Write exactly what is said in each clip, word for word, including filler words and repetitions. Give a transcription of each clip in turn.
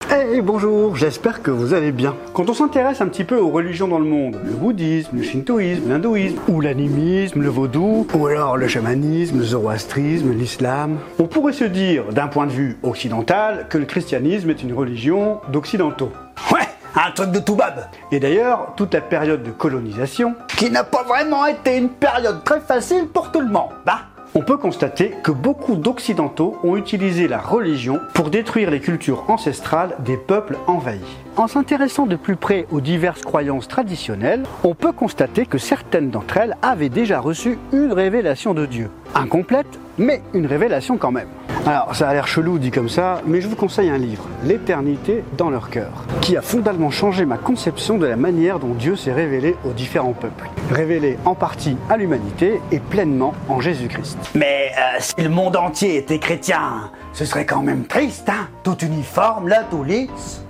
Hey, bonjour, j'espère que vous allez bien. Quand on s'intéresse un petit peu aux religions dans le monde, le bouddhisme, le shintoïsme, l'hindouisme, ou l'animisme, le vaudou, ou alors le chamanisme, le zoroastrisme, l'islam, on pourrait se dire, d'un point de vue occidental, que le christianisme est une religion d'occidentaux. Ouais, un truc de toubab. Et d'ailleurs, toute la période de colonisation, qui n'a pas vraiment été une période très facile pour tout le monde, bah on peut constater que beaucoup d'occidentaux ont utilisé la religion pour détruire les cultures ancestrales des peuples envahis. En s'intéressant de plus près aux diverses croyances traditionnelles, on peut constater que certaines d'entre elles avaient déjà reçu une révélation de Dieu. Incomplète, mais une révélation quand même. Alors, ça a l'air chelou dit comme ça, mais je vous conseille un livre, L'éternité dans leur cœur, qui a fondamentalement changé ma conception de la manière dont Dieu s'est révélé aux différents peuples. Révélé en partie à l'humanité et pleinement en Jésus-Christ. Mais euh, si le monde entier était chrétien, ce serait quand même triste, hein? Tout uniforme, là, tout lisse.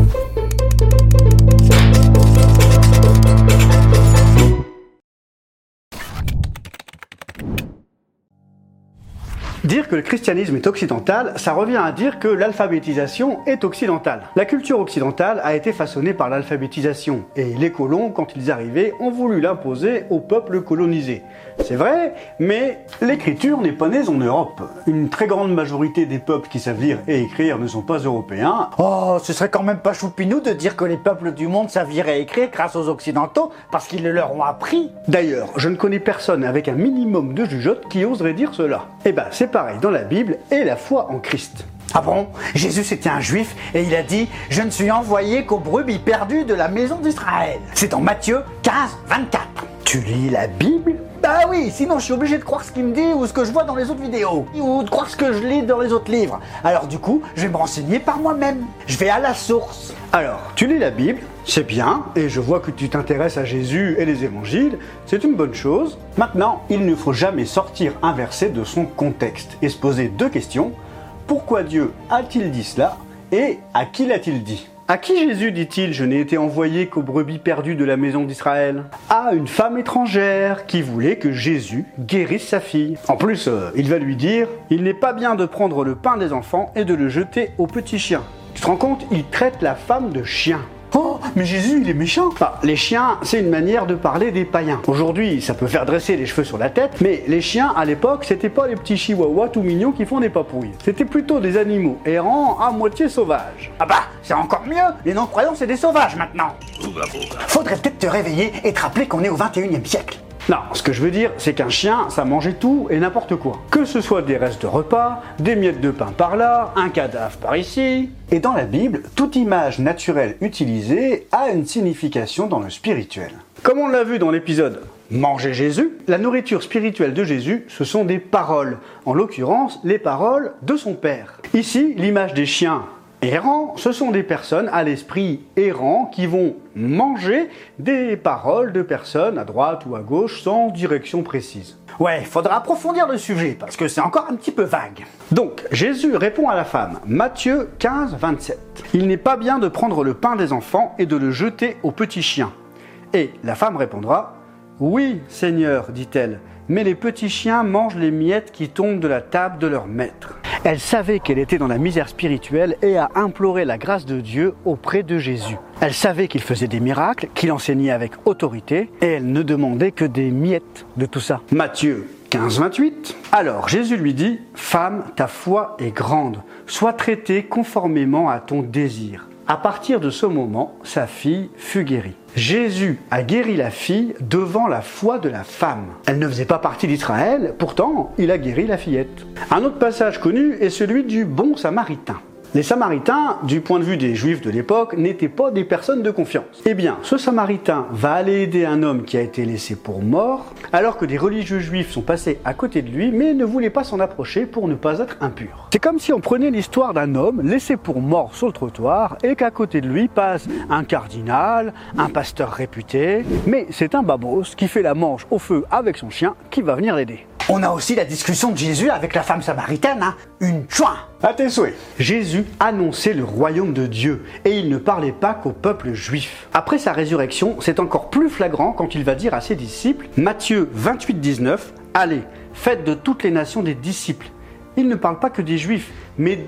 Dire que le christianisme est occidental, ça revient à dire que l'alphabétisation est occidentale. La culture occidentale a été façonnée par l'alphabétisation, et les colons, quand ils arrivaient, ont voulu l'imposer au peuple colonisé. C'est vrai, mais l'écriture n'est pas née en Europe. Une très grande majorité des peuples qui savent lire et écrire ne sont pas européens. Oh, ce serait quand même pas choupinou de dire que les peuples du monde savent lire et écrire grâce aux occidentaux, parce qu'ils le leur ont appris. D'ailleurs, je ne connais personne avec un minimum de jugeote qui oserait dire cela. Eh ben, c'est pareil dans la Bible et la foi en Christ. Ah bon? Jésus c'était un juif et il a dit « Je ne suis envoyé qu'aux brebis perdues de la maison d'Israël ». C'est dans Matthieu quinze, vingt-quatre. Tu lis la Bible? Bah oui, sinon je suis obligé de croire ce qu'il me dit ou ce que je vois dans les autres vidéos, ou de croire ce que je lis dans les autres livres. Alors du coup, je vais me renseigner par moi-même. Je vais à la source. Alors, tu lis la Bible, c'est bien, et je vois que tu t'intéresses à Jésus et les évangiles, c'est une bonne chose. Maintenant, il ne faut jamais sortir un verset de son contexte et se poser deux questions. Pourquoi Dieu a-t-il dit cela et à qui l'a-t-il dit ? À qui Jésus dit-il « Je n'ai été envoyé qu'aux brebis perdues de la maison d'Israël » ? À une femme étrangère qui voulait que Jésus guérisse sa fille. En plus, euh, il va lui dire « Il n'est pas bien de prendre le pain des enfants et de le jeter aux petits chiens. » Tu te rends compte ? Il traite la femme de chien. Oh, mais Jésus, il est méchant. Bah, les chiens, c'est une manière de parler des païens. Aujourd'hui, ça peut faire dresser les cheveux sur la tête, mais les chiens, à l'époque, c'était pas les petits chihuahuas tout mignons qui font des papouilles. C'était plutôt des animaux errants à moitié sauvages. Ah bah, c'est encore mieux. Les non-croyants, c'est des sauvages maintenant. Faudrait peut-être te réveiller et te rappeler qu'on est au vingt et unième siècle. Non, ce que je veux dire, c'est qu'un chien, ça mangeait tout et n'importe quoi. Que ce soit des restes de repas, des miettes de pain par là, un cadavre par ici. Et dans la Bible, toute image naturelle utilisée a une signification dans le spirituel. Comme on l'a vu dans l'épisode Manger Jésus, la nourriture spirituelle de Jésus, ce sont des paroles. En l'occurrence, les paroles de son Père. Ici, l'image des chiens errants, ce sont des personnes à l'esprit errant qui vont manger des paroles de personnes à droite ou à gauche sans direction précise. Ouais, faudra approfondir le sujet parce que c'est encore un petit peu vague. Donc, Jésus répond à la femme, Matthieu quinze, vingt-sept. « Il n'est pas bien de prendre le pain des enfants et de le jeter aux petits chiens. » Et la femme répondra, « Oui, Seigneur, dit-elle, mais les petits chiens mangent les miettes qui tombent de la table de leur maître. » Elle savait qu'elle était dans la misère spirituelle et a imploré la grâce de Dieu auprès de Jésus. Elle savait qu'il faisait des miracles, qu'il enseignait avec autorité, et elle ne demandait que des miettes de tout ça. Matthieu quinze, vingt-huit. Alors Jésus lui dit, « Femme, ta foi est grande, sois traitée conformément à ton désir. » À partir de ce moment, sa fille fut guérie. Jésus a guéri la fille devant la foi de la femme. Elle ne faisait pas partie d'Israël, pourtant il a guéri la fillette. Un autre passage connu est celui du bon samaritain. Les Samaritains, du point de vue des Juifs de l'époque, n'étaient pas des personnes de confiance. Eh bien, ce Samaritain va aller aider un homme qui a été laissé pour mort, alors que des religieux juifs sont passés à côté de lui, mais ne voulaient pas s'en approcher pour ne pas être impurs. C'est comme si on prenait l'histoire d'un homme laissé pour mort sur le trottoir, et qu'à côté de lui passe un cardinal, un pasteur réputé, mais c'est un babos qui fait la manche au feu avec son chien qui va venir l'aider. On a aussi la discussion de Jésus avec la femme samaritaine, hein. Une chouin. À tes souhaits. Jésus annonçait le royaume de Dieu et il ne parlait pas qu'au peuple juif. Après sa résurrection, c'est encore plus flagrant quand il va dire à ses disciples, Matthieu vingt-huit, dix-neuf, « Allez, faites de toutes les nations des disciples. » Il ne parle pas que des juifs, mais de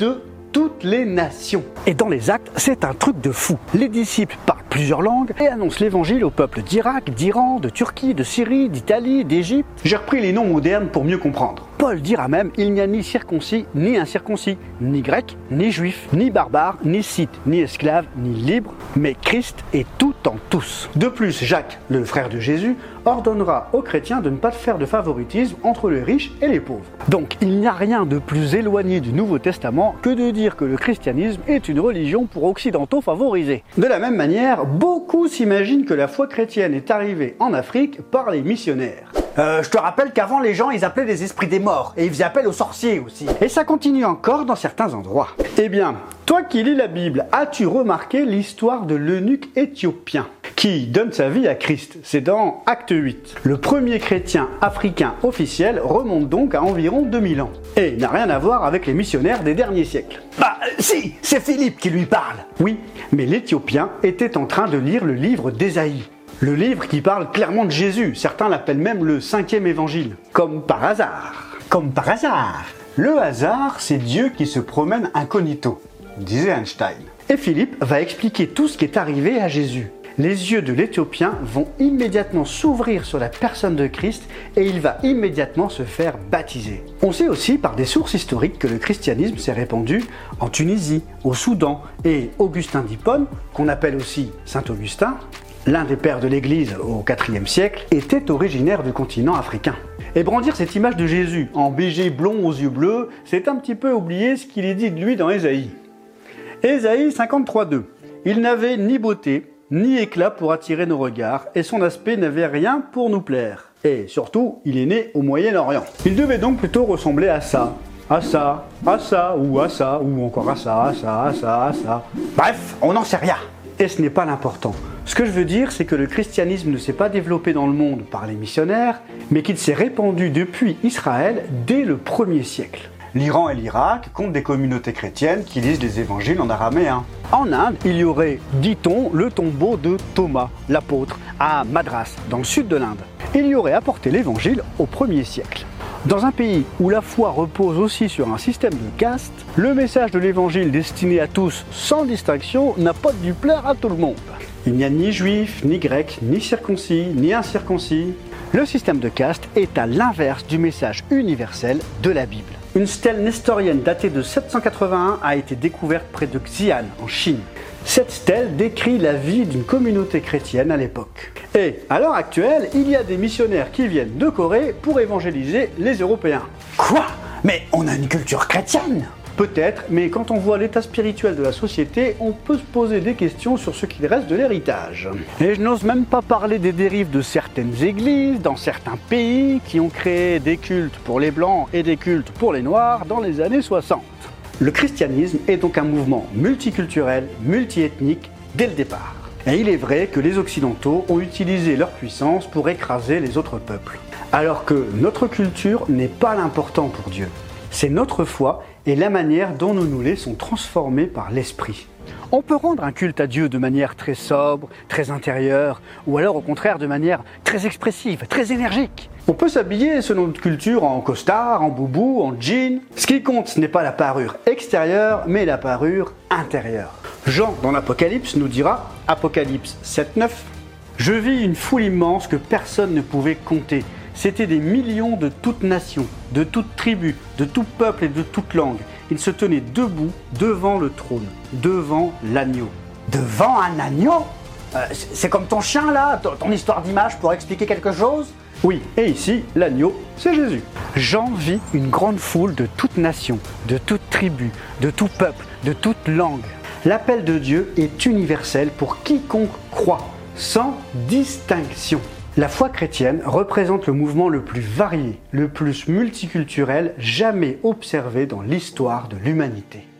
toutes les nations. Et dans les actes, c'est un truc de fou. Les disciples parlent plusieurs langues et annoncent l'évangile aux peuples d'Irak, d'Iran, de Turquie, de Syrie, d'Italie, d'Égypte. J'ai repris les noms modernes pour mieux comprendre. Paul dira même, il n'y a ni circoncis, ni incirconcis, ni grec, ni juif, ni barbare, ni scythe, ni esclave, ni libre, mais Christ est tout en tous. De plus, Jacques, le frère de Jésus, ordonnera aux chrétiens de ne pas faire de favoritisme entre les riches et les pauvres. Donc, il n'y a rien de plus éloigné du Nouveau Testament que de dire que le christianisme est une religion pour occidentaux favorisés. De la même manière, beaucoup s'imaginent que la foi chrétienne est arrivée en Afrique par les missionnaires. Euh, je te rappelle qu'avant les gens ils appelaient les esprits des morts et ils faisaient appel aux sorciers aussi. Et ça continue encore dans certains endroits. Eh bien, toi qui lis la Bible, as-tu remarqué l'histoire de l'eunuque éthiopien qui donne sa vie à Christ? C'est dans Acte huit. Le premier chrétien africain officiel remonte donc à environ deux mille ans et n'a rien à voir avec les missionnaires des derniers siècles. Bah euh, si, c'est Philippe qui lui parle. Oui, mais l'Éthiopien était en train de lire le livre d'Ésaïe. Le livre qui parle clairement de Jésus, certains l'appellent même le cinquième évangile, comme par hasard. Comme par hasard. Le hasard, c'est Dieu qui se promène incognito, disait Einstein. Et Philippe va expliquer tout ce qui est arrivé à Jésus. Les yeux de l'Éthiopien vont immédiatement s'ouvrir sur la personne de Christ et il va immédiatement se faire baptiser. On sait aussi par des sources historiques que le christianisme s'est répandu en Tunisie, au Soudan, et Augustin d'Hippone, qu'on appelle aussi Saint Augustin, l'un des pères de l'Église au quatrième siècle, était originaire du continent africain. Et brandir cette image de Jésus en béger blond aux yeux bleus, c'est un petit peu oublier ce qu'il est dit de lui dans Ésaïe. Ésaïe cinquante-trois deux. Il n'avait ni beauté, ni éclat pour attirer nos regards, et son aspect n'avait rien pour nous plaire. Et surtout, il est né au Moyen-Orient. Il devait donc plutôt ressembler à ça, à ça, à ça, ou à ça, ou encore à ça, à ça, à ça, à ça. Bref, on n'en sait rien. Et ce n'est pas l'important. Ce que je veux dire, c'est que le christianisme ne s'est pas développé dans le monde par les missionnaires, mais qu'il s'est répandu depuis Israël dès le premier siècle. L'Iran et l'Irak comptent des communautés chrétiennes qui lisent les évangiles en araméen. En Inde, il y aurait, dit-on, le tombeau de Thomas, l'apôtre, à Madras, dans le sud de l'Inde. Il y aurait apporté l'évangile au premier siècle. Dans un pays où la foi repose aussi sur un système de caste, le message de l'évangile destiné à tous sans distinction n'a pas dû plaire à tout le monde. Il n'y a ni juif, ni grec, ni circoncis, ni incirconcis. Le système de caste est à l'inverse du message universel de la Bible. Une stèle nestorienne datée de sept cent quatre-vingt-un a été découverte près de Xi'an, en Chine. Cette stèle décrit la vie d'une communauté chrétienne à l'époque. Et à l'heure actuelle, il y a des missionnaires qui viennent de Corée pour évangéliser les Européens. Quoi? Mais on a une culture chrétienne? Peut-être, mais quand on voit l'état spirituel de la société, on peut se poser des questions sur ce qu'il reste de l'héritage. Et je n'ose même pas parler des dérives de certaines églises dans certains pays qui ont créé des cultes pour les blancs et des cultes pour les noirs dans les années soixante. Le christianisme est donc un mouvement multiculturel, multiethnique dès le départ. Et il est vrai que les Occidentaux ont utilisé leur puissance pour écraser les autres peuples. Alors que notre culture n'est pas l'important pour Dieu. C'est notre foi et la manière dont nous nous laissons transformer par l'Esprit. On peut rendre un culte à Dieu de manière très sobre, très intérieure, ou alors au contraire de manière très expressive, très énergique. On peut s'habiller selon notre culture en costard, en boubou, en jean. Ce qui compte, ce n'est pas la parure extérieure, mais la parure intérieure. Jean, dans l'Apocalypse, nous dira, Apocalypse sept neuf, « Je vis une foule immense que personne ne pouvait compter. C'étaient des millions de toutes nations, de toutes tribus, de tout peuple et de toute langue. Ils se tenaient debout devant le trône, devant l'agneau. » Devant un agneau? euh, C'est comme ton chien là, ton, ton histoire d'image pour expliquer quelque chose? Oui, et ici, l'agneau, c'est Jésus. Jean vit une grande foule de toutes nations, de toutes tribus, de tout peuple, de toute langue. L'appel de Dieu est universel pour quiconque croit, sans distinction. La foi chrétienne représente le mouvement le plus varié, le plus multiculturel jamais observé dans l'histoire de l'humanité.